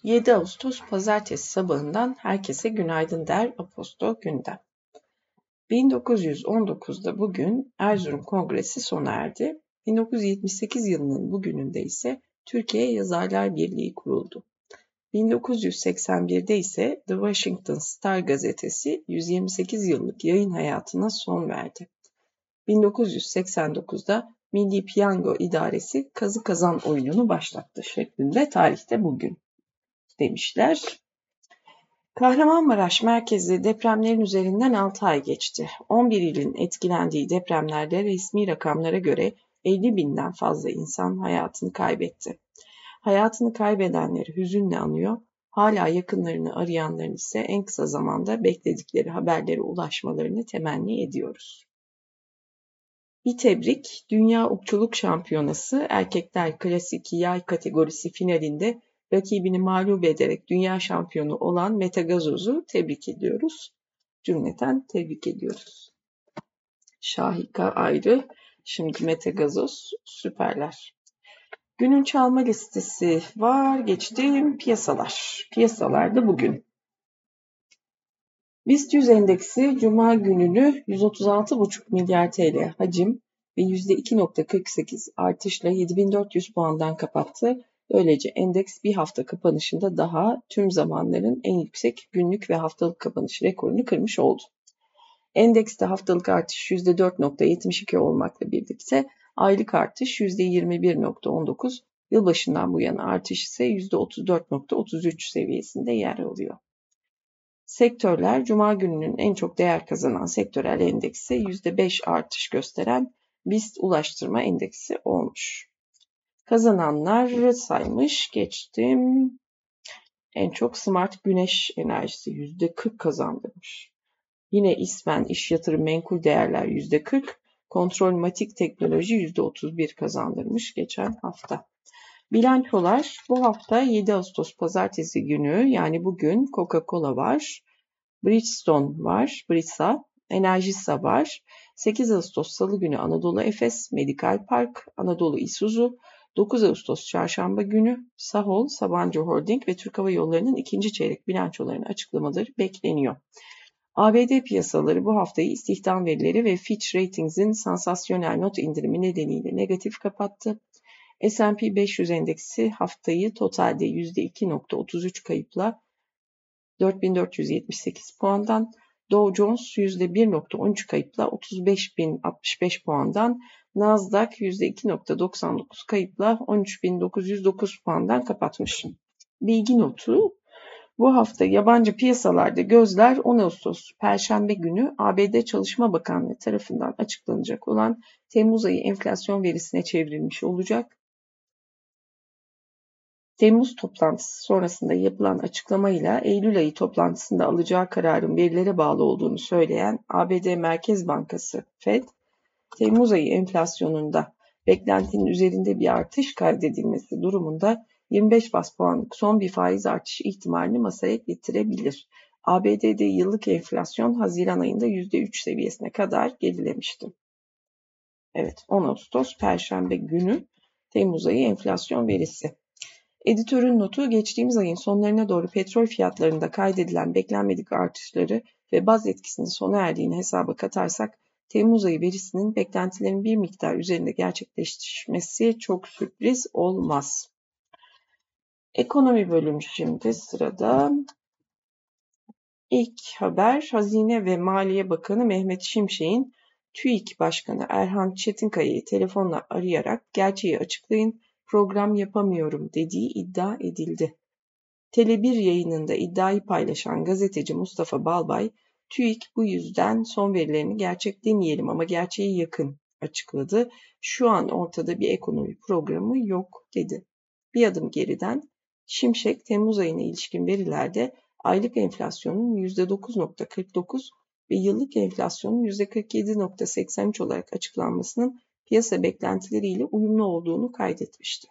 7 Ağustos Pazartesi sabahından herkese günaydın der Aposto Gündem. 1919'da bugün Erzurum Kongresi sona erdi. 1978 yılının bugününde ise Türkiye Yazarlar Birliği kuruldu. 1981'de ise The Washington Star gazetesi 128 yıllık yayın hayatına son verdi. 1989'da Milli Piyango İdaresi kazı kazan oyununu başlattı şeklinde tarihte bugün demişler. Kahramanmaraş merkezli depremlerin üzerinden 6 ay geçti. 11 ilin etkilendiği depremlerde resmi rakamlara göre 50 binden fazla insan hayatını kaybetti. Hayatını kaybedenleri hüzünle anıyor, hala yakınlarını arayanların ise en kısa zamanda bekledikleri haberlere ulaşmalarını temenni ediyoruz. Bir tebrik, Dünya Okçuluk Şampiyonası Erkekler Klasik Yay kategorisi finalinde rakibini mağlup ederek dünya şampiyonu olan Mete Gazoz'u tebrik ediyoruz. Cümleten tebrik ediyoruz. Şahika ayrı, şimdi Mete Gazoz süperler. Günün çalma listesi var, geçtim piyasalar. Piyasalarda bugün. BIST 100 endeksi Cuma gününü 136,5 milyar TL hacim ve %2,48 artışla 7400 puandan kapattı. Böylece endeks bir hafta kapanışında daha tüm zamanların en yüksek günlük ve haftalık kapanış rekorunu kırmış oldu. Endekste haftalık artış %4,72 olmakla birlikte aylık artış %21,19, yılbaşından bu yana artış ise %34,33 seviyesinde yer alıyor. Sektörler, Cuma gününün en çok değer kazanan sektörel endeksi %5 artış gösteren BIST Ulaştırma Endeksi olmuş. Kazananlar saymış, geçtim. En çok Smart Güneş Enerjisi %40 kazandırmış. Yine İSPEN İş Yatırım Menkul Değerler %40, Kontrolmatik Teknoloji %31 kazandırmış geçen hafta. Bilançolar bu hafta 7 Ağustos Pazartesi günü yani bugün Coca-Cola var. Bridgestone var, Brisa, Enerjisa var. 8 Ağustos Salı günü Anadolu Efes, Medikal Park, Anadolu Isuzu, 9 Ağustos Çarşamba günü Sahol, Sabancı Holding ve Türk Hava Yolları'nın ikinci çeyrek bilançolarını açıklamaları bekleniyor. ABD piyasaları bu haftayı istihdam verileri ve Fitch Ratings'in sansasyonel not indirimi nedeniyle negatif kapattı. S&P 500 endeksi haftayı totalde %2,33 kayıpla 4478 puandan, Dow Jones %1,13 kayıpla 35.065 puandan, Nasdaq %2,99 kayıpla 13.909 puandan kapatmış. Bilgi notu, bu hafta yabancı piyasalarda gözler 10 Ağustos Perşembe günü ABD Çalışma Bakanlığı tarafından açıklanacak olan Temmuz ayı enflasyon verisine çevrilmiş olacak. Temmuz toplantısı sonrasında yapılan açıklamayla Eylül ayı toplantısında alacağı kararın verilere bağlı olduğunu söyleyen ABD Merkez Bankası Fed, Temmuz ayı enflasyonunda beklentinin üzerinde bir artış kaydedilmesi durumunda 25 bas puanlık son bir faiz artışı ihtimalini masaya getirebilir. ABD'de yıllık enflasyon Haziran ayında %3 seviyesine kadar gerilemişti. Evet, 10 Ağustos Perşembe günü Temmuz ayı enflasyon verisi. Editörün notu, geçtiğimiz ayın sonlarına doğru petrol fiyatlarında kaydedilen beklenmedik artışları ve baz etkisinin sona erdiğini hesaba katarsak Temmuz ayı verisinin beklentilerin bir miktar üzerinde gerçekleşmesi çok sürpriz olmaz. Ekonomi bölümü şimdi sırada. İlk haber, Hazine ve Maliye Bakanı Mehmet Şimşek'in TÜİK Başkanı Erhan Çetinkaya'yı telefonla arayarak gerçeği açıklayın, program yapamıyorum dediği iddia edildi. Tele1 yayınında iddiayı paylaşan gazeteci Mustafa Balbay, TÜİK bu yüzden son verilerini gerçek demeyelim ama gerçeğe yakın açıkladı. Şu an ortada bir ekonomi programı yok dedi. Bir adım geriden Şimşek, Temmuz ayına ilişkin verilerde aylık enflasyonun %9,49 ve yıllık enflasyonun %47,83 olarak açıklanmasının piyasa beklentileriyle uyumlu olduğunu kaydetmişti.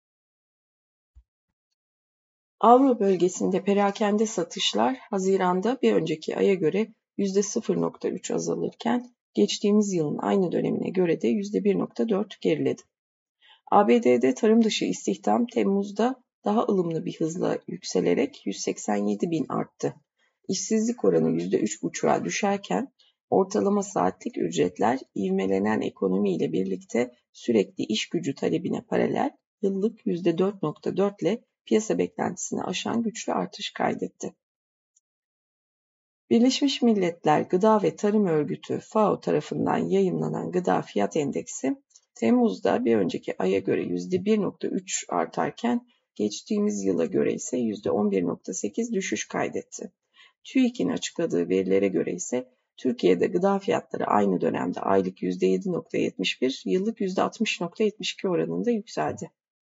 Avro bölgesinde perakende satışlar Haziran'da bir önceki aya göre %0,3 azalırken geçtiğimiz yılın aynı dönemine göre de %1,4 geriledi. ABD'de tarım dışı istihdam Temmuz'da daha ılımlı bir hızla yükselerek 187 bin arttı. İşsizlik oranı %3,5'a düşerken ortalama saatlik ücretler ivmelenen ekonomiyle birlikte sürekli iş gücü talebine paralel yıllık %4,4 ile piyasa beklentisini aşan güçlü artış kaydetti. Birleşmiş Milletler Gıda ve Tarım Örgütü FAO tarafından yayımlanan Gıda Fiyat Endeksi, Temmuz'da bir önceki aya göre %1,3 artarken geçtiğimiz yıla göre ise %11,8 düşüş kaydetti. TÜİK'in açıkladığı verilere göre ise Türkiye'de gıda fiyatları aynı dönemde aylık %7,71, yıllık %60,72 oranında yükseldi.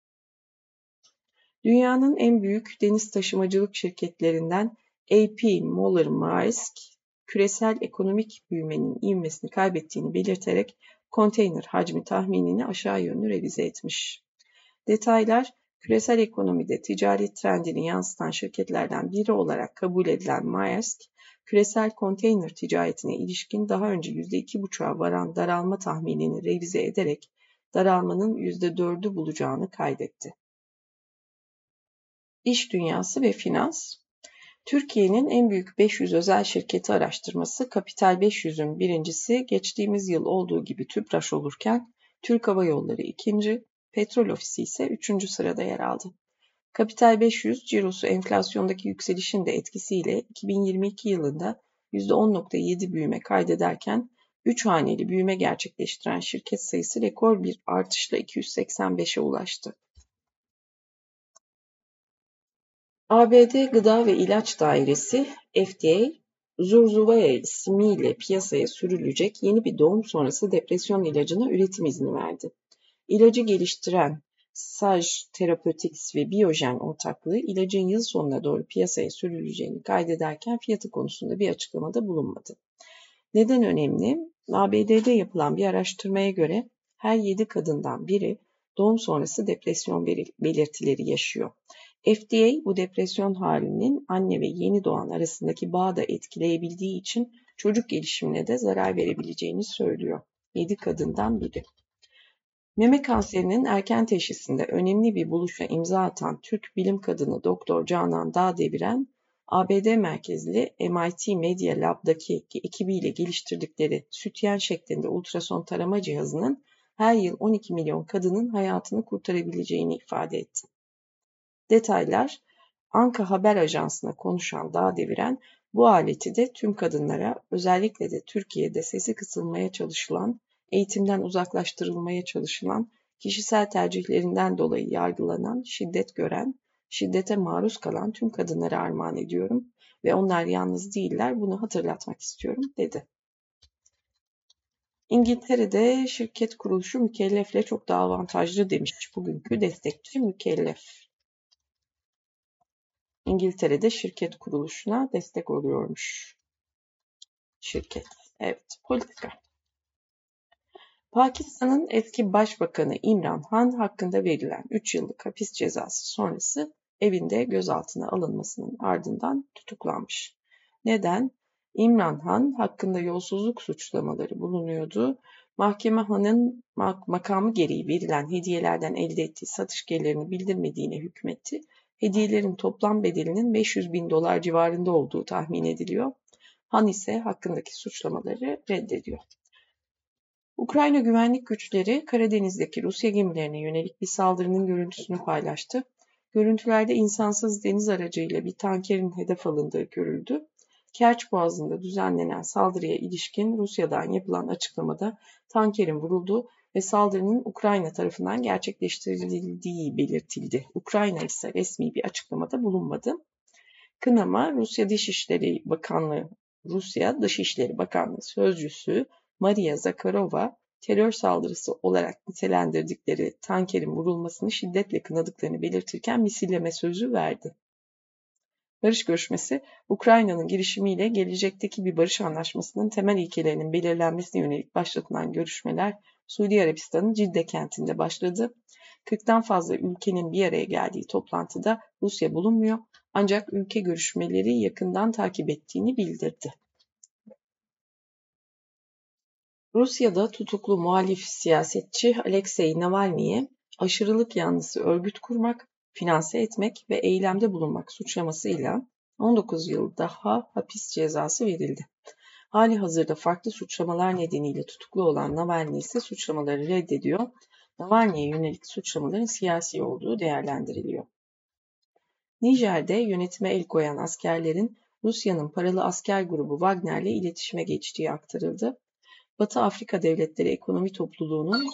Dünyanın en büyük deniz taşımacılık şirketlerinden A.P. Moller Maersk, küresel ekonomik büyümenin ivmesini kaybettiğini belirterek konteyner hacmi tahminini aşağı yönlü revize etmiş. Detaylar, küresel ekonomide ticari trendini yansıtan şirketlerden biri olarak kabul edilen Maersk, küresel konteyner ticaretine ilişkin daha önce %2,5'a varan daralma tahminini revize ederek daralmanın %4'ü bulacağını kaydetti. İş dünyası ve finans. Türkiye'nin en büyük 500 özel şirketi araştırması Kapital 500'ün birincisi geçtiğimiz yıl olduğu gibi TÜPRAŞ olurken Türk Hava Yolları ikinci, Petrol Ofisi ise 3. sırada yer aldı. Kapital 500 cirosu enflasyondaki yükselişin de etkisiyle 2022 yılında %10,7 büyüme kaydederken 3 haneli büyüme gerçekleştiren şirket sayısı rekor bir artışla 285'e ulaştı. ABD Gıda ve İlaç Dairesi FDA, Zurzuvae ismiyle piyasaya sürülecek yeni bir doğum sonrası depresyon ilacına üretim izni verdi. İlacı geliştiren Sage Therapeutics ve Biogen ortaklığı ilacın yıl sonuna doğru piyasaya sürüleceğini kaydederken fiyatı konusunda bir açıklamada bulunmadı. Neden önemli? ABD'de yapılan bir araştırmaya göre her 7 kadından biri doğum sonrası depresyon belirtileri yaşıyor. FDA bu depresyon halinin anne ve yeni doğan arasındaki bağı da etkileyebildiği için çocuk gelişimine de zarar verebileceğini söylüyor. 7 kadından biri. Meme kanserinin erken teşhisinde önemli bir buluşa imza atan Türk bilim kadını Doktor Canan Dağdeviren, ABD merkezli MIT Media Lab'daki ekibiyle geliştirdikleri sütyen şeklinde ultrason tarama cihazının her yıl 12 milyon kadının hayatını kurtarabileceğini ifade etti. Detaylar, Anka Haber Ajansı'na konuşan Dağdeviren, bu aleti de tüm kadınlara, özellikle de Türkiye'de sesi kısılmaya çalışılan, eğitimden uzaklaştırılmaya çalışılan, kişisel tercihlerinden dolayı yargılanan, şiddet gören, şiddete maruz kalan tüm kadınlara armağan ediyorum ve onlar yalnız değiller, bunu hatırlatmak istiyorum, dedi. İngiltere'de şirket kuruluşu mükellefle çok daha avantajlı demiş bugünkü destekçi Mükellef. İngiltere'de şirket kuruluşuna destek oluyormuş. Şirket. Evet, politika. Pakistan'ın eski başbakanı İmran Han hakkında verilen 3 yıllık hapis cezası sonrası evinde gözaltına alınmasının ardından tutuklanmış. Neden? İmran Han hakkında yolsuzluk suçlamaları bulunuyordu. Mahkeme Han'ın makamı gereği verilen hediyelerden elde ettiği satış gelirlerini bildirmediğine hükmetti. Hediyelerin toplam bedelinin 500 bin dolar civarında olduğu tahmin ediliyor. Han ise hakkındaki suçlamaları reddediyor. Ukrayna güvenlik güçleri Karadeniz'deki Rusya gemilerine yönelik bir saldırının görüntüsünü paylaştı. Görüntülerde insansız deniz aracıyla bir tankerin hedef alındığı görüldü. Kerç Boğazı'nda düzenlenen saldırıya ilişkin Rusya'dan yapılan açıklamada tankerin vurulduğu ve saldırının Ukrayna tarafından gerçekleştirildiği belirtildi. Ukrayna ise resmi bir açıklamada bulunmadı. Kınama Rusya Dışişleri Bakanlığı Sözcüsü Maria Zakharova, terör saldırısı olarak nitelendirdikleri tankerin vurulmasını şiddetle kınadıklarını belirtirken misilleme sözü verdi. Barış görüşmesi, Ukrayna'nın girişimiyle gelecekteki bir barış anlaşmasının temel ilkelerinin belirlenmesine yönelik başlatılan görüşmeler Suudi Arabistan'ın Cidde kentinde başladı. 40'tan fazla ülkenin bir araya geldiği toplantıda Rusya bulunmuyor, ancak ülke görüşmeleri yakından takip ettiğini bildirdi. Rusya'da tutuklu muhalif siyasetçi Alexei Navalny'ye aşırılık yanlısı örgüt kurmak, finanse etmek ve eylemde bulunmak suçlamasıyla 19 yıl daha hapis cezası verildi. Halihazırda farklı suçlamalar nedeniyle tutuklu olan Navalny ise suçlamaları reddediyor. Navalny'ye yönelik suçlamaların siyasi olduğu değerlendiriliyor. Nijer'de yönetime el koyan askerlerin Rusya'nın paralı asker grubu Wagner'le iletişime geçtiği aktarıldı. Batı Afrika Devletleri Ekonomi Topluluğu'nun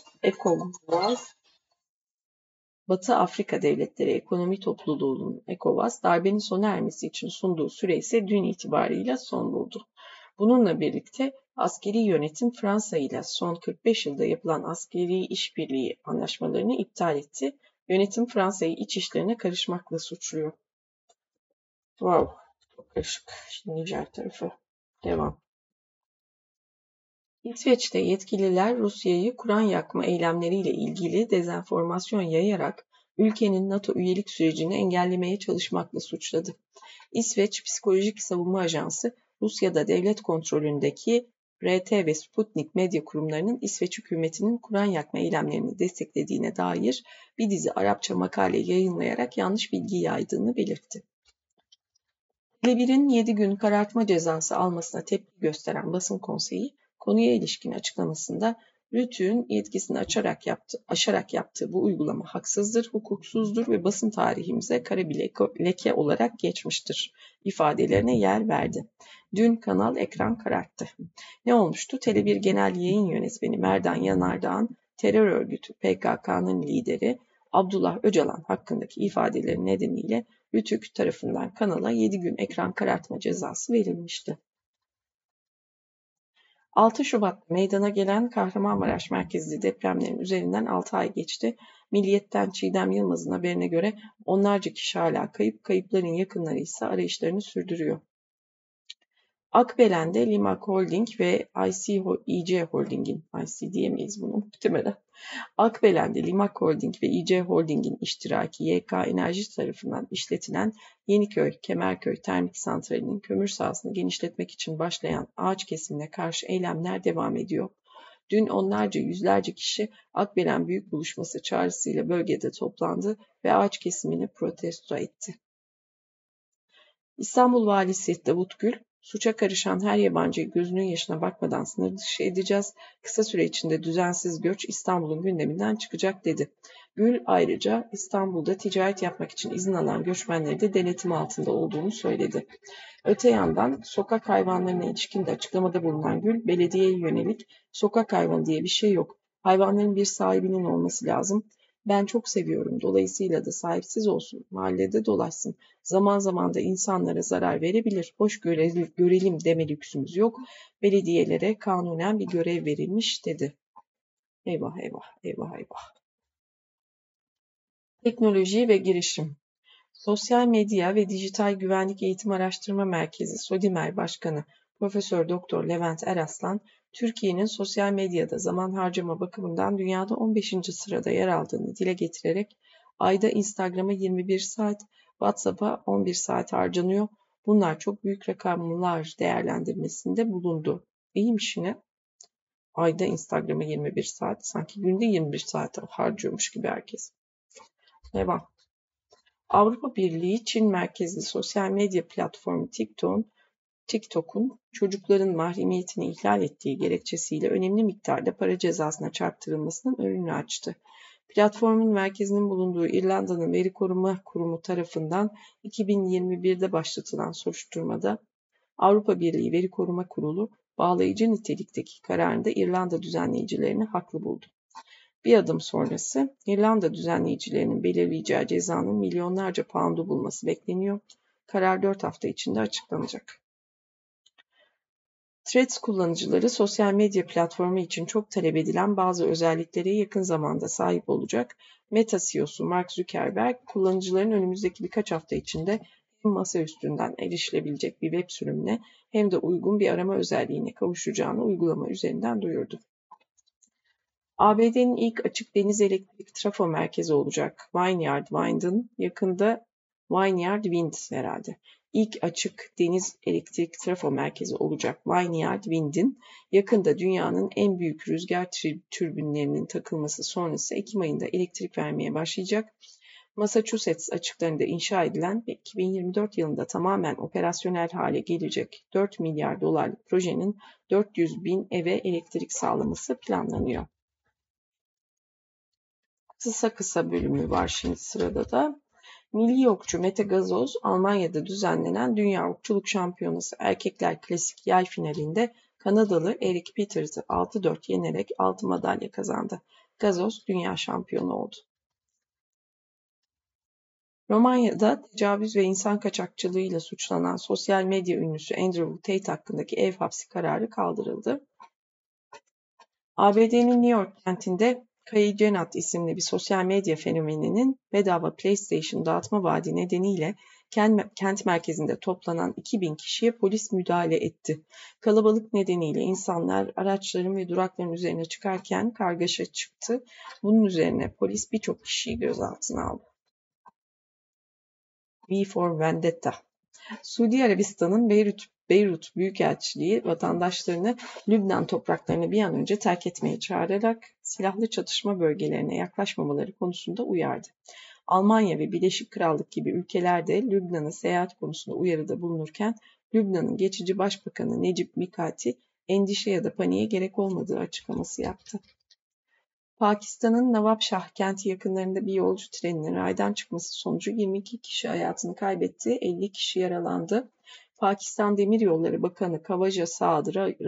ECOWAS darbenin sona ermesi için sunduğu süre ise dün itibarıyla son buldu. Bununla birlikte askeri yönetim Fransa ile son 45 yılda yapılan askeri işbirliği anlaşmalarını iptal etti. Yönetim Fransa'yı iç işlerine karışmakla suçluyor. Wow, çok karışık. Şimdi Nijer tarafı. Devam. İsveç'te yetkililer Rusya'yı Kur'an yakma eylemleriyle ilgili dezenformasyon yayarak ülkenin NATO üyelik sürecini engellemeye çalışmakla suçladı. İsveç Psikolojik Savunma Ajansı, Rusya'da devlet kontrolündeki RT ve Sputnik medya kurumlarının İsveç hükümetinin Kur'an yakma eylemlerini desteklediğine dair bir dizi Arapça makale yayınlayarak yanlış bilgi yaydığını belirtti. Tele1'in 7 gün karartma cezası almasına tepki gösteren basın konseyi, konuya ilişkin açıklamasında Rütük'ün yetkisini aşarak yaptığı bu uygulama haksızdır, hukuksuzdur ve basın tarihimize kara bir leke olarak geçmiştir ifadelerine yer verdi. Dün kanal ekran kararttı. Ne olmuştu? Tele1 Genel Yayın Yönetmeni Merdan Yanardağ'ın terör örgütü PKK'nın lideri Abdullah Öcalan hakkındaki ifadeleri nedeniyle Rütük tarafından kanala 7 gün ekran karartma cezası verilmişti. 6 Şubat meydana gelen Kahramanmaraş merkezli depremlerin üzerinden 6 ay geçti. Milliyet'ten Çiğdem Yılmaz'ın haberine göre onlarca kişi hala kayıp, kayıpların yakınları ise arayışlarını sürdürüyor. Akbelen'de Limak Holding ve IC Holding'in, IC diyemeyiz bunu muhtemelen. Akbelen'de Limak Holding ve IC Holding'in iştiraki YK Enerji tarafından işletilen Yeniköy, Kemerköy Termik Santrali'nin kömür sahasını genişletmek için başlayan ağaç kesimine karşı eylemler devam ediyor. Dün onlarca yüzlerce kişi Akbelen Büyük Buluşması çağrısıyla bölgede toplandı ve ağaç kesimini protesto etti. İstanbul Valisi Davut Gül, suça karışan her yabancıyı gözünün yaşına bakmadan sınır dışı edeceğiz, kısa süre içinde düzensiz göç İstanbul'un gündeminden çıkacak dedi. Gül ayrıca İstanbul'da ticaret yapmak için izin alan göçmenleri de denetim altında olduğunu söyledi. Öte yandan sokak hayvanlarına ilişkin de açıklamada bulunan Gül, belediyeye yönelik sokak hayvanı diye bir şey yok. Hayvanların bir sahibinin olması lazım. Ben çok seviyorum. Dolayısıyla da sahipsiz olsun. Mahallede dolaşsın. Zaman zaman da insanlara zarar verebilir. Hoş görelim deme lüksümüz yok. Belediyelere kanunen bir görev verilmiş dedi. Eyvah eyvah eyvah eyvah. Teknoloji ve girişim. Sosyal Medya ve Dijital Güvenlik Eğitim Araştırma Merkezi SODİMER Başkanı Profesör Doktor Levent Eraslan, Türkiye'nin sosyal medyada zaman harcama bakımından dünyada 15. sırada yer aldığını dile getirerek ayda Instagram'a 21 saat, WhatsApp'a 11 saat harcanıyor. Bunlar çok büyük rakamlar değerlendirmesinde bulundu. İyiymiş yine. Ayda Instagram'a 21 saat, sanki günde 21 saat harcıyormuş gibi herkes. Devam. Avrupa Birliği Çin merkezli sosyal medya platformu TikTok'un çocukların mahremiyetini ihlal ettiği gerekçesiyle önemli miktarda para cezasına çarptırılmasının önünü açtı. Platformun merkezinin bulunduğu İrlanda'nın Veri Koruma Kurumu tarafından 2021'de başlatılan soruşturmada Avrupa Birliği Veri Koruma Kurulu bağlayıcı nitelikteki kararında İrlanda düzenleyicilerini haklı buldu. Bir adım sonrası İrlanda düzenleyicilerinin belirleyeceği cezanın milyonlarca pound'u bulması bekleniyor. Karar 4 hafta içinde açıklanacak. Threads kullanıcıları sosyal medya platformu için çok talep edilen bazı özelliklere yakın zamanda sahip olacak. Meta CEO'su Mark Zuckerberg, kullanıcıların önümüzdeki birkaç hafta içinde hem masaüstünden erişilebilecek bir web sürümüne hem de uygun bir arama özelliğine kavuşacağını uygulama üzerinden duyurdu. ABD'nin ilk açık deniz elektrik trafo merkezi olacak Vineyard Wind'in yakında Vineyard Wind herhalde. İlk açık deniz elektrik trafo merkezi olacak Vineyard Wind'in yakında dünyanın en büyük rüzgar türbinlerinin takılması sonrası Ekim ayında elektrik vermeye başlayacak. Massachusetts açıklarında inşa edilen ve 2024 yılında tamamen operasyonel hale gelecek 4 milyar dolarlık projenin 400 bin eve elektrik sağlaması planlanıyor. Kısa bölümü var şimdi sırada da. Milli okçu Mete Gazoz, Almanya'da düzenlenen Dünya Okçuluk Şampiyonası Erkekler Klasik Yay finalinde Kanadalı Eric Peters'ı 6-4 yenerek altın madalya kazandı. Gazoz dünya şampiyonu oldu. Romanya'da tecavüz ve insan kaçakçılığıyla suçlanan sosyal medya ünlüsü Andrew Tate hakkındaki ev hapsi kararı kaldırıldı. ABD'nin New York kentinde Kylie Jenner isimli bir sosyal medya fenomeninin bedava PlayStation dağıtma vaadi nedeniyle kent merkezinde toplanan 2000 kişiye polis müdahale etti. Kalabalık nedeniyle insanlar araçların ve durakların üzerine çıkarken kargaşa çıktı. Bunun üzerine polis birçok kişiyi gözaltına aldı. V for Vendetta. Suudi Arabistan'ın Beyrut Büyükelçiliği vatandaşlarını Lübnan topraklarını bir an önce terk etmeye çağırarak silahlı çatışma bölgelerine yaklaşmamaları konusunda uyardı. Almanya ve Birleşik Krallık gibi ülkeler de Lübnan'a seyahat konusunda uyarıda bulunurken Lübnan'ın geçici başbakanı Necip Mikati endişe ya da paniğe gerek olmadığı açıklaması yaptı. Pakistan'ın Nawabshah kenti yakınlarında bir yolcu treninin raydan çıkması sonucu 22 kişi hayatını kaybetti, 50 kişi yaralandı. Pakistan Demiryolları Bakanı Kavaja Saad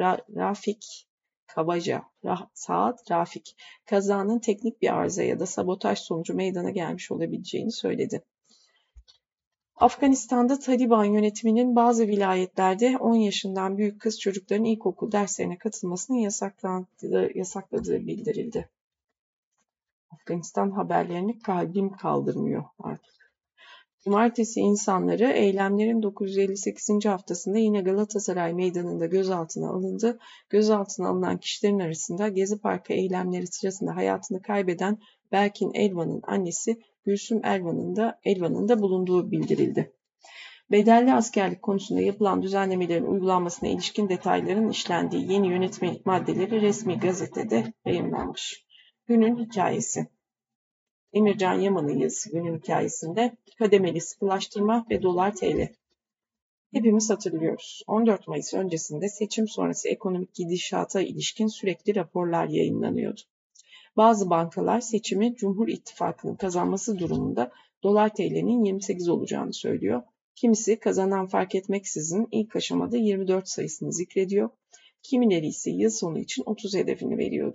Rafik, kazanın teknik bir arıza ya da sabotaj sonucu meydana gelmiş olabileceğini söyledi. Afganistan'da Taliban yönetiminin bazı vilayetlerde 10 yaşından büyük kız çocukların ilkokul derslerine katılmasını yasakladığı bildirildi. Afganistan haberlerini kalbim kaldırmıyor artık. Cumartesi insanları eylemlerin 958. haftasında yine Galatasaray Meydanı'nda gözaltına alındı. Gözaltına alınan kişilerin arasında Gezi Parkı eylemleri sırasında hayatını kaybeden Berkin Elvan'ın annesi Gülsüm Elvan'ın da bulunduğu bildirildi. Bedelli askerlik konusunda yapılan düzenlemelerin uygulanmasına ilişkin detayların işlendiği yeni yönetmelik maddeleri resmi gazetede yayımlanmış. Günün hikayesi. Emircan Yaman'ın yazısı günün hikayesinde kademeli sıkılaştırma ve dolar TL. Hepimiz hatırlıyoruz. 14 Mayıs öncesinde seçim sonrası ekonomik gidişata ilişkin sürekli raporlar yayınlanıyordu. Bazı bankalar seçimi Cumhur İttifakı'nın kazanması durumunda dolar TL'nin 28 olacağını söylüyor. Kimisi kazanan fark etmeksizin ilk aşamada 24 sayısını zikrediyor. Kimileri ise yıl sonu için 30 hedefini veriyordu.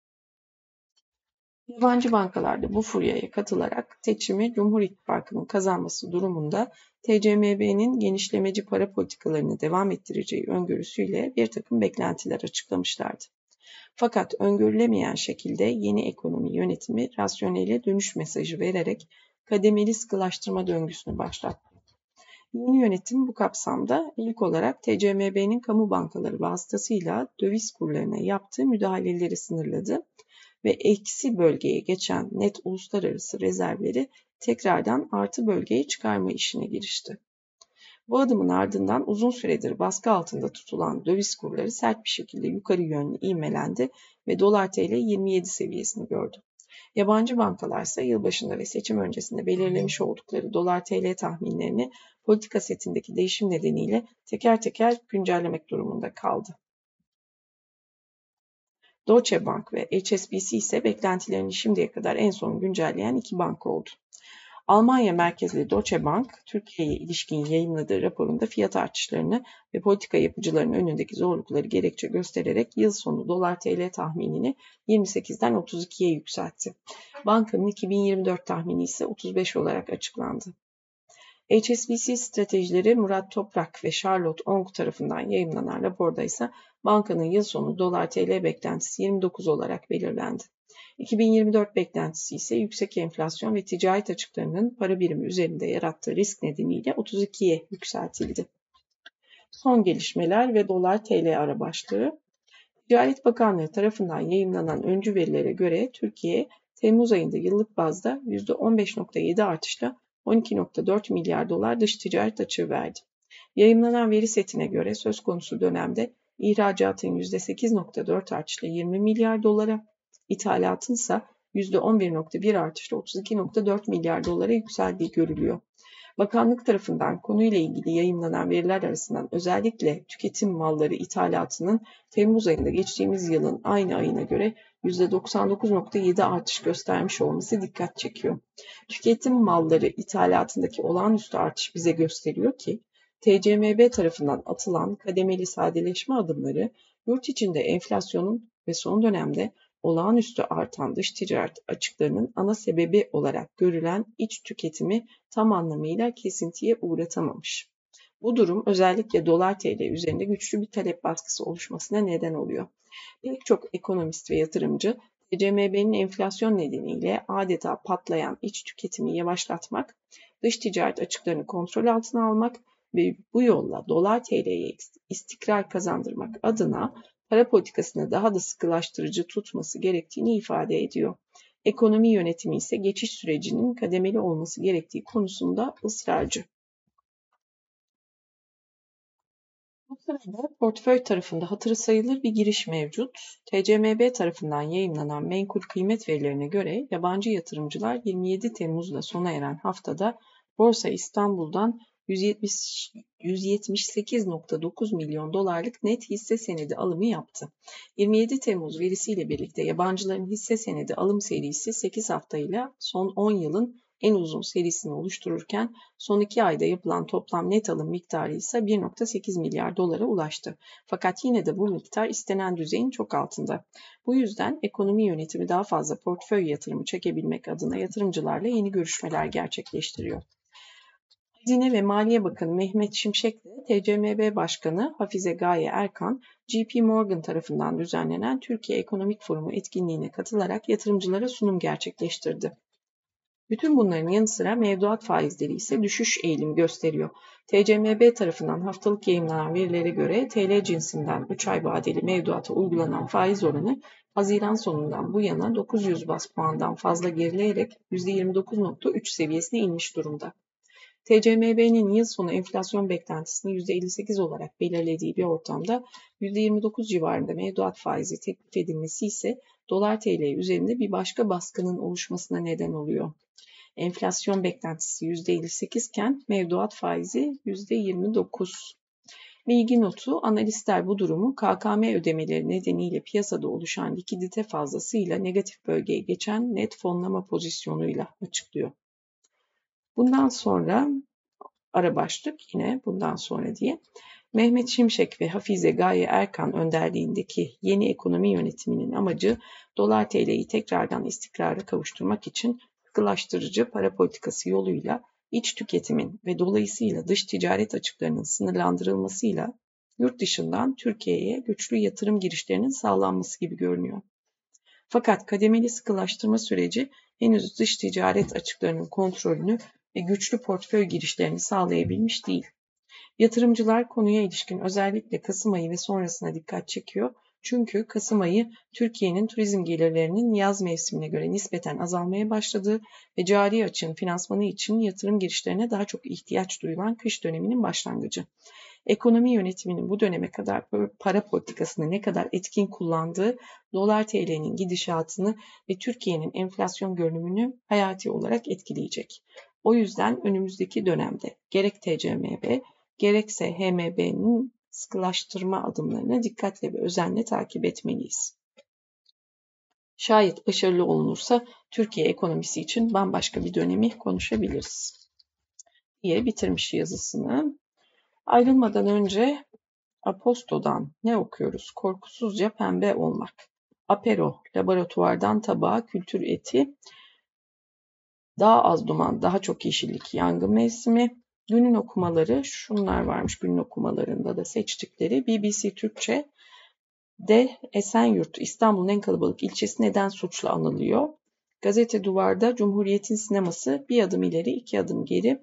Yabancı bankalar da bu furyaya katılarak seçimi Cumhur İttifakı'nın kazanması durumunda TCMB'nin genişlemeci para politikalarını devam ettireceği öngörüsüyle bir takım beklentiler açıklamışlardı. Fakat öngörülemeyen şekilde yeni ekonomi yönetimi rasyonele dönüş mesajı vererek kademeli sıkılaştırma döngüsünü başlattı. Yeni yönetim bu kapsamda ilk olarak TCMB'nin kamu bankaları vasıtasıyla döviz kurlarına yaptığı müdahaleleri sınırladı ve eksi bölgeye geçen net uluslararası rezervleri tekrardan artı bölgeye çıkarma işine girişti. Bu adımın ardından uzun süredir baskı altında tutulan döviz kurları sert bir şekilde yukarı yönlü ivmelendi ve dolar TL 27 seviyesini gördü. Yabancı bankalar ise yılbaşında ve seçim öncesinde belirlemiş oldukları dolar TL tahminlerini politika setindeki değişim nedeniyle teker teker güncellemek durumunda kaldı. Deutsche Bank ve HSBC ise beklentilerini şimdiye kadar en son güncelleyen iki banka oldu. Almanya merkezli Deutsche Bank, Türkiye'ye ilişkin yayımladığı raporunda fiyat artışlarını ve politika yapıcılarının önündeki zorlukları gerekçe göstererek yıl sonu dolar TL tahminini 28'den 32'ye yükseltti. Bankanın 2024 tahmini ise 35 olarak açıklandı. HSBC stratejileri Murat Toprak ve Charlotte Ong tarafından yayımlanan raporda ise bankanın yıl sonu dolar TL beklentisi 29 olarak belirlendi. 2024 beklentisi ise yüksek enflasyon ve ticaret açıklarının para birimi üzerinde yarattığı risk nedeniyle 32'ye yükseltildi. Son gelişmeler ve dolar TL ara başlığı. Ticaret Bakanlığı tarafından yayımlanan öncü verilere göre Türkiye Temmuz ayında yıllık bazda %15.7 artışla 12.4 milyar dolar dış ticaret açığı verdi. Yayımlanan veri setine göre söz konusu dönemde ihracatın %8.4 artışla 20 milyar dolara, ithalatın ise %11,1 artışla 32,4 milyar dolara yükseldiği görülüyor. Bakanlık tarafından konuyla ilgili yayımlanan veriler arasından özellikle tüketim malları ithalatının Temmuz ayında geçtiğimiz yılın aynı ayına göre %99,7 artış göstermiş olması dikkat çekiyor. Tüketim malları ithalatındaki olağanüstü artış bize gösteriyor ki TCMB tarafından atılan kademeli sadeleşme adımları yurt içinde enflasyonun ve son dönemde olağanüstü artan dış ticaret açıklarının ana sebebi olarak görülen iç tüketimi tam anlamıyla kesintiye uğratamamış. Bu durum özellikle dolar TL üzerinde güçlü bir talep baskısı oluşmasına neden oluyor. Pek çok ekonomist ve yatırımcı TCMB'nin enflasyon nedeniyle adeta patlayan iç tüketimi yavaşlatmak, dış ticaret açıklarını kontrol altına almak ve bu yolla dolar TL'ye istikrar kazandırmak adına para politikasını daha da sıkılaştırıcı tutması gerektiğini ifade ediyor. Ekonomi yönetimi ise geçiş sürecinin kademeli olması gerektiği konusunda ısrarcı. Bu sırada portföy tarafında hatırı sayılır bir giriş mevcut. TCMB tarafından yayımlanan menkul kıymet verilerine göre yabancı yatırımcılar 27 Temmuz'da sona eren haftada Borsa İstanbul'dan 178,9 milyon dolarlık net hisse senedi alımı yaptı. 27 Temmuz verisiyle birlikte yabancıların hisse senedi alım serisi 8 haftayla son 10 yılın en uzun serisini oluştururken son 2 ayda yapılan toplam net alım miktarı ise 1,8 milyar dolara ulaştı. Fakat yine de bu miktar istenen düzeyin çok altında. Bu yüzden ekonomi yönetimi daha fazla portföy yatırımı çekebilmek adına yatırımcılarla yeni görüşmeler gerçekleştiriyor. Hazine ve Maliye Bakanı Mehmet Şimşek ile TCMB Başkanı Hafize Gaye Erkan, JP Morgan tarafından düzenlenen Türkiye Ekonomik Forumu etkinliğine katılarak yatırımcılara sunum gerçekleştirdi. Bütün bunların yanı sıra mevduat faizleri ise düşüş eğilimi gösteriyor. TCMB tarafından haftalık yayımlanan verilere göre TL cinsinden 3 ay vadeli mevduata uygulanan faiz oranı Haziran sonundan bu yana 900 baz puandan fazla gerileyerek %29,3 seviyesine inmiş durumda. TCMB'nin yıl sonu enflasyon beklentisini %58 olarak belirlediği bir ortamda %29 civarında mevduat faizi teklif edilmesi ise dolar TL üzerinde bir başka baskının oluşmasına neden oluyor. Enflasyon beklentisi %58 iken mevduat faizi %29. Bilgi notu, analistler bu durumu KKM ödemeleri nedeniyle piyasada oluşan likidite fazlasıyla negatif bölgeye geçen net fonlama pozisyonuyla açıklıyor. Bundan sonra ara başlık yine bundan sonra diye Mehmet Şimşek ve Hafize Gaye Erkan önderliğindeki yeni ekonomi yönetiminin amacı dolar TL'yi tekrardan istikrara kavuşturmak için sıkılaştırıcı para politikası yoluyla iç tüketimin ve dolayısıyla dış ticaret açıklarının sınırlandırılmasıyla yurt dışından Türkiye'ye güçlü yatırım girişlerinin sağlanması gibi görünüyor. Fakat kademeli sıkılaştırma süreci henüz dış ticaret açıklarının kontrolünü ve güçlü portföy girişlerini sağlayabilmiş değil. Yatırımcılar konuya ilişkin özellikle Kasım ayı ve sonrasına dikkat çekiyor. Çünkü Kasım ayı Türkiye'nin turizm gelirlerinin yaz mevsimine göre nispeten azalmaya başladığı ve cari açığın finansmanı için yatırım girişlerine daha çok ihtiyaç duyulan kış döneminin başlangıcı. Ekonomi yönetiminin bu döneme kadar para politikasını ne kadar etkin kullandığı dolar TL'nin gidişatını ve Türkiye'nin enflasyon görünümünü hayati olarak etkileyecek. O yüzden önümüzdeki dönemde gerek TCMB gerekse HMB'nin sıkılaştırma adımlarını dikkatle ve özenle takip etmeliyiz. Şayet başarılı olunursa Türkiye ekonomisi için bambaşka bir dönemi konuşabiliriz diye bitirmiş yazısını. Ayrılmadan önce Aposto'dan ne okuyoruz? Korkusuzca pembe olmak. Apero, laboratuvardan tabağa kültür eti. Daha az duman, daha çok yeşillik, yangın mevsimi. Günün okumaları şunlar varmış günün okumalarında da seçtikleri. BBC Türkçe de Esenyurt, İstanbul'un en kalabalık ilçesi neden suçla anılıyor? Gazete Duvar'da Cumhuriyet'in sineması bir adım ileri, iki adım geri.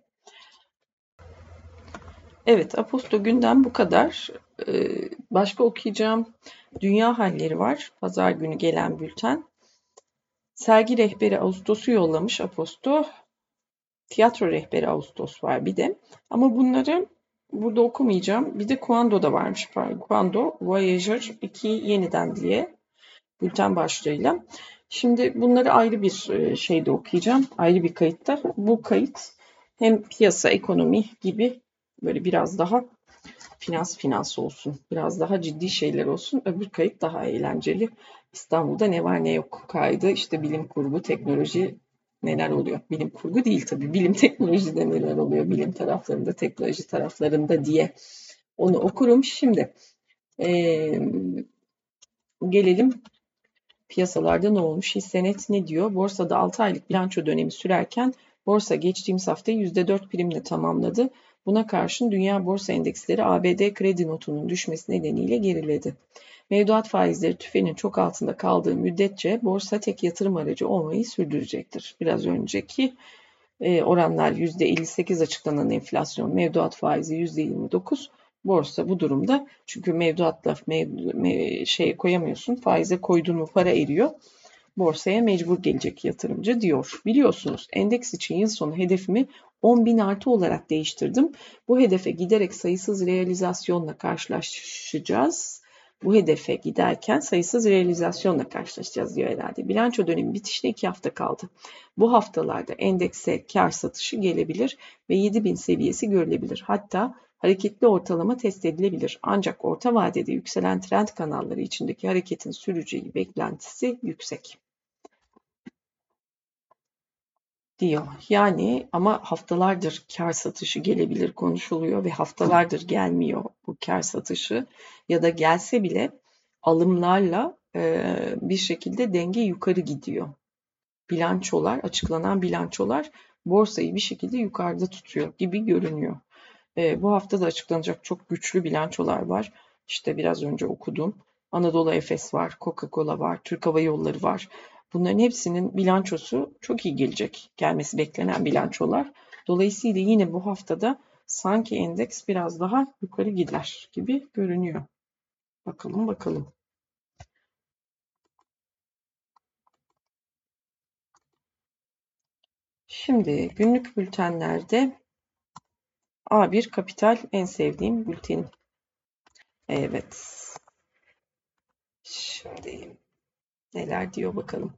Evet, Aposto günden bu kadar. Başka okuyacağım Dünya Halleri var. Pazar günü gelen bülten. Sergi rehberi Ağustos'u yollamış Aposto. Tiyatro rehberi Ağustos var bir de. Ama bunları burada okumayacağım. Bir de Kuando'da varmış. Kuando, Voyager 2 yeniden diye bülten başlığıyla. Şimdi bunları ayrı bir şeyde okuyacağım. Ayrı bir kayıtta. Bu kayıt hem piyasa, ekonomi gibi böyle biraz daha finans olsun. Biraz daha ciddi şeyler olsun. Öbür kayıt daha eğlenceli. İstanbul'da ne var ne yok kaydı. İşte bilim kurgu, teknoloji neler oluyor? Bilim kurgu değil tabii. Bilim teknolojide neler oluyor? Bilim taraflarında, teknoloji taraflarında diye onu okurum. Şimdi gelelim piyasalarda ne olmuş? Hissenet ne diyor? Borsada 6 aylık bilanço dönemi sürerken borsa geçtiğimiz haftayı %4 primle tamamladı. Buna karşın dünya borsa endeksleri ABD kredi notunun düşmesi nedeniyle geriledi. Mevduat faizleri tüfenin çok altında kaldığı müddetçe borsa tek yatırım aracı olmayı sürdürecektir. Biraz önceki oranlar %58 açıklanan enflasyon, mevduat faizi %29. Borsa bu durumda çünkü mevduatla koyamıyorsun, faize koyduğun mu para eriyor. Borsaya mecbur gelecek yatırımcı diyor. Biliyorsunuz endeks için yıl sonu hedefimi 10.000 artı olarak değiştirdim. Bu hedefe giderek sayısız realizasyonla karşılaşacağız. Bu hedefe giderken sayısız realizasyonla karşılaşacağız diyor herhalde. Bilanço dönemi bitişine 2 hafta kaldı. Bu haftalarda endekse kar satışı gelebilir ve 7.000 seviyesi görülebilir. Hatta hareketli ortalama test edilebilir. Ancak orta vadede yükselen trend kanalları içindeki hareketin süreceği beklentisi yüksek. Diyor. Yani ama haftalardır kar satışı gelebilir konuşuluyor ve haftalardır gelmiyor bu kar satışı ya da gelse bile alımlarla bir şekilde denge yukarı gidiyor. Bilançolar, açıklanan bilançolar borsayı bir şekilde yukarıda tutuyor gibi görünüyor. Bu hafta da açıklanacak çok güçlü bilançolar var. İşte biraz önce okudum. Anadolu Efes var, Coca-Cola var, Türk Hava Yolları var. Bunların hepsinin bilançosu çok iyi gelecek. Gelmesi beklenen bilançolar. Dolayısıyla yine bu haftada sanki endeks biraz daha yukarı gider gibi görünüyor. Bakalım. Şimdi günlük bültenlerde A1 Kapital en sevdiğim bültenim. Evet. Şimdi neler diyor bakalım.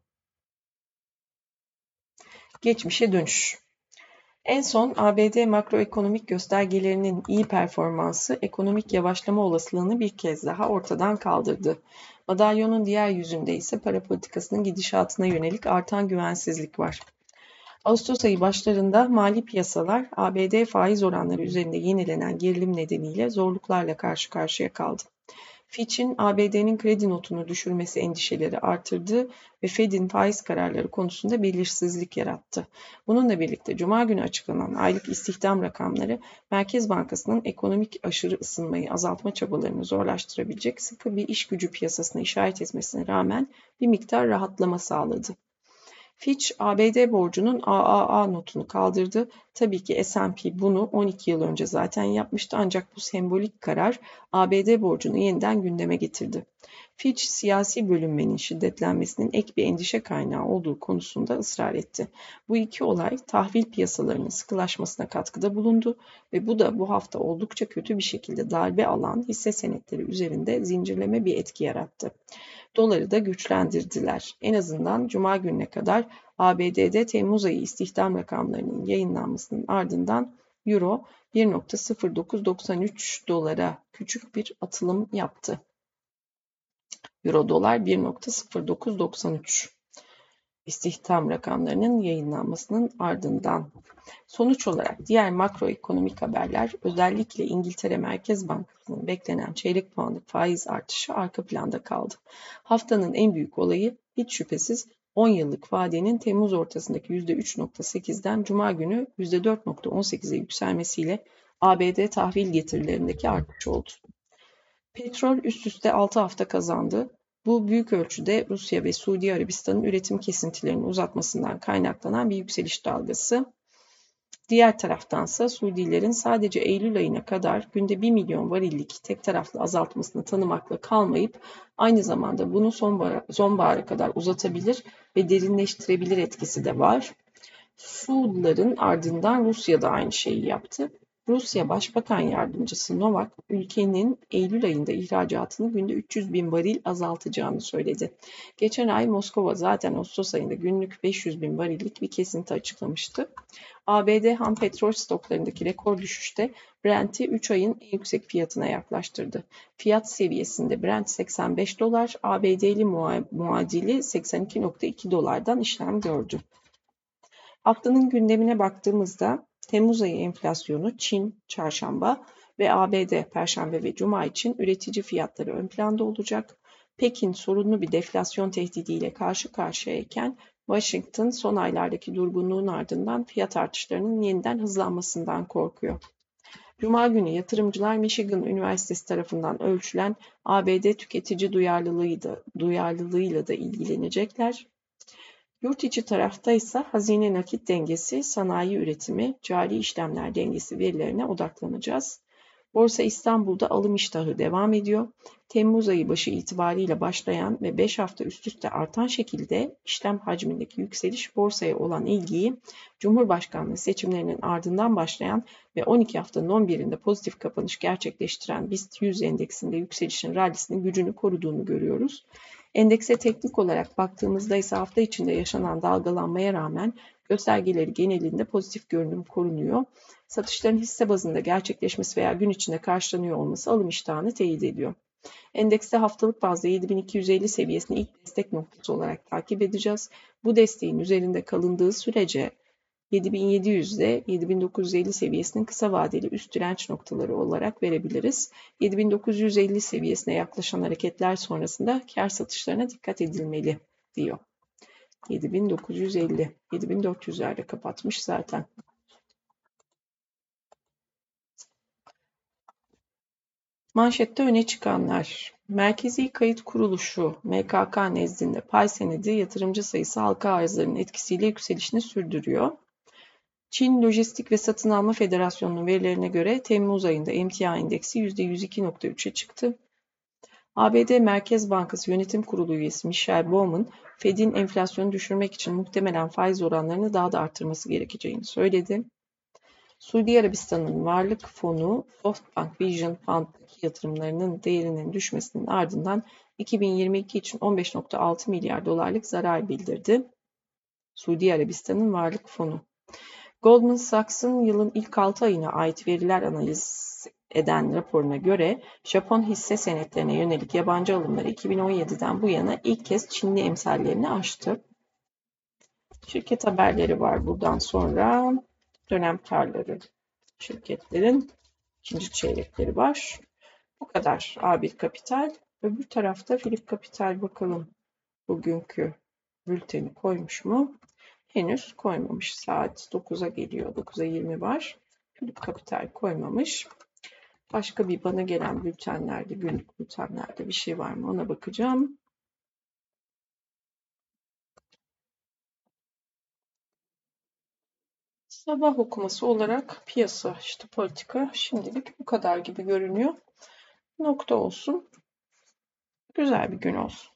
Geçmişe dönüş. En son ABD makroekonomik göstergelerinin iyi performansı ekonomik yavaşlama olasılığını bir kez daha ortadan kaldırdı. Madalyonun diğer yüzünde ise para politikasının gidişatına yönelik artan güvensizlik var. Ağustos ayı başlarında mali piyasalar ABD faiz oranları üzerinde yenilenen gerilim nedeniyle zorluklarla karşı karşıya kaldı. Fitch'in ABD'nin kredi notunu düşürmesi endişeleri artırdı ve Fed'in faiz kararları konusunda belirsizlik yarattı. Bununla birlikte Cuma günü açıklanan aylık istihdam rakamları Merkez Bankası'nın ekonomik aşırı ısınmayı azaltma çabalarını zorlaştırabilecek sıkı bir iş gücü piyasasına işaret etmesine rağmen bir miktar rahatlama sağladı. Fitch, ABD borcunun AAA notunu kaldırdı. Tabii ki S&P bunu 12 yıl önce zaten yapmıştı ancak bu sembolik karar ABD borcunu yeniden gündeme getirdi. Fitch, siyasi bölünmenin şiddetlenmesinin ek bir endişe kaynağı olduğu konusunda ısrar etti. Bu iki olay tahvil piyasalarının sıkılaşmasına katkıda bulundu ve bu da bu hafta oldukça kötü bir şekilde darbe alan hisse senetleri üzerinde zincirleme bir etki yarattı. Doları da güçlendirdiler. En azından Cuma gününe kadar ABD'de Temmuz ayı istihdam rakamlarının yayınlanmasının ardından Euro 1.0993 dolara küçük bir atılım yaptı. Euro dolar 1.0993 istihdam rakamlarının yayınlanmasının ardından. Sonuç olarak diğer makroekonomik haberler özellikle İngiltere Merkez Bankası'nın beklenen çeyrek puanlık faiz artışı arka planda kaldı. Haftanın en büyük olayı hiç şüphesiz 10 yıllık vadenin Temmuz ortasındaki %3.8'den Cuma günü %4.18'e yükselmesiyle ABD tahvil getirilerindeki artış oldu. Petrol üst üste 6 hafta kazandı. Bu büyük ölçüde Rusya ve Suudi Arabistan'ın üretim kesintilerini uzatmasından kaynaklanan bir yükseliş dalgası. Diğer taraftansa Suudilerin sadece Eylül ayına kadar günde 1 milyon varillik tek taraflı azaltmasını tanımakla kalmayıp aynı zamanda bunu sonbahara kadar uzatabilir ve derinleştirebilir etkisi de var. Suudilerin ardından Rusya da aynı şeyi yaptı. Rusya Başbakan Yardımcısı Novak, ülkenin Eylül ayında ihracatını günde 300 bin varil azaltacağını söyledi. Geçen ay Moskova zaten Ağustos ayında günlük 500 bin varillik bir kesinti açıklamıştı. ABD ham petrol stoklarındaki rekor düşüşte Brent'i 3 ayın en yüksek fiyatına yaklaştırdı. Fiyat seviyesinde Brent 85 dolar, ABD'li muadili 82,2 dolardan işlem gördü. Haftanın gündemine baktığımızda Temmuz ayı enflasyonu Çin çarşamba ve ABD perşembe ve cuma için üretici fiyatları ön planda olacak. Pekin sorunlu bir deflasyon tehdidiyle karşı karşıyayken Washington son aylardaki durgunluğun ardından fiyat artışlarının yeniden hızlanmasından korkuyor. Cuma günü yatırımcılar Michigan Üniversitesi tarafından ölçülen ABD tüketici duyarlılığıyla da ilgilenecekler. Yurt içi tarafta ise hazine nakit dengesi, sanayi üretimi, cari işlemler dengesi verilerine odaklanacağız. Borsa İstanbul'da alım iştahı devam ediyor. Temmuz ayı başı itibariyle başlayan ve 5 hafta üst üste artan şekilde işlem hacmindeki yükseliş borsaya olan ilgiyi Cumhurbaşkanlığı seçimlerinin ardından başlayan ve 12 haftanın 11'inde pozitif kapanış gerçekleştiren BIST 100 endeksinde yükselişin rallisinin gücünü koruduğunu görüyoruz. Endekse teknik olarak baktığımızda ise hafta içinde yaşanan dalgalanmaya rağmen göstergeleri genelinde pozitif görünüm korunuyor. Satışların hisse bazında gerçekleşmesi veya gün içinde karşılanıyor olması alım iştahını teyit ediyor. Endekste haftalık bazda 7250 seviyesini ilk destek noktası olarak takip edeceğiz. Bu desteğin üzerinde kalındığı sürece 7700 ile 7950 seviyesinin kısa vadeli üst direnç noktaları olarak verebiliriz. 7950 seviyesine yaklaşan hareketler sonrasında kar satışlarına dikkat edilmeli diyor. 7950, 7400'lerde kapatmış zaten. Manşette öne çıkanlar. Merkezi Kayıt Kuruluşu (MKK) nezdinde pay senedi yatırımcı sayısı halka arzlarının etkisiyle yükselişini sürdürüyor. Çin Lojistik ve Satın Alma Federasyonu'nun verilerine göre Temmuz ayında emtia endeksi %102,3'e çıktı. ABD Merkez Bankası Yönetim Kurulu üyesi Michelle Bowman, Fed'in enflasyonu düşürmek için muhtemelen faiz oranlarını daha da artırması gerekeceğini söyledi. Suudi Arabistan'ın varlık fonu SoftBank Vision Fund'daki yatırımlarının değerinin düşmesinin ardından 2022 için 15,6 milyar dolarlık zarar bildirdi. Suudi Arabistan'ın varlık fonu. Goldman Sachs'ın yılın ilk 6 ayına ait veriler analiz eden raporuna göre Japon hisse senetlerine yönelik yabancı alımları 2017'den bu yana ilk kez Çinli emsallerini aştı. Şirket haberleri var buradan sonra. Dönem karları şirketlerin ikinci çeyrekleri var. Bu kadar A1 Kapital. Öbür tarafta Philip Capital bakalım bugünkü bülteni koymuş mu? Henüz koymamış. Saat 9'a geliyor. 9'a 20 var. Philip Capital koymamış. Başka bir bana gelen bültenlerde, günlük bültenlerde bir şey var mı ona bakacağım. Sabah okuması olarak piyasa, işte politika şimdilik bu kadar gibi görünüyor. Nokta olsun. Güzel bir gün olsun.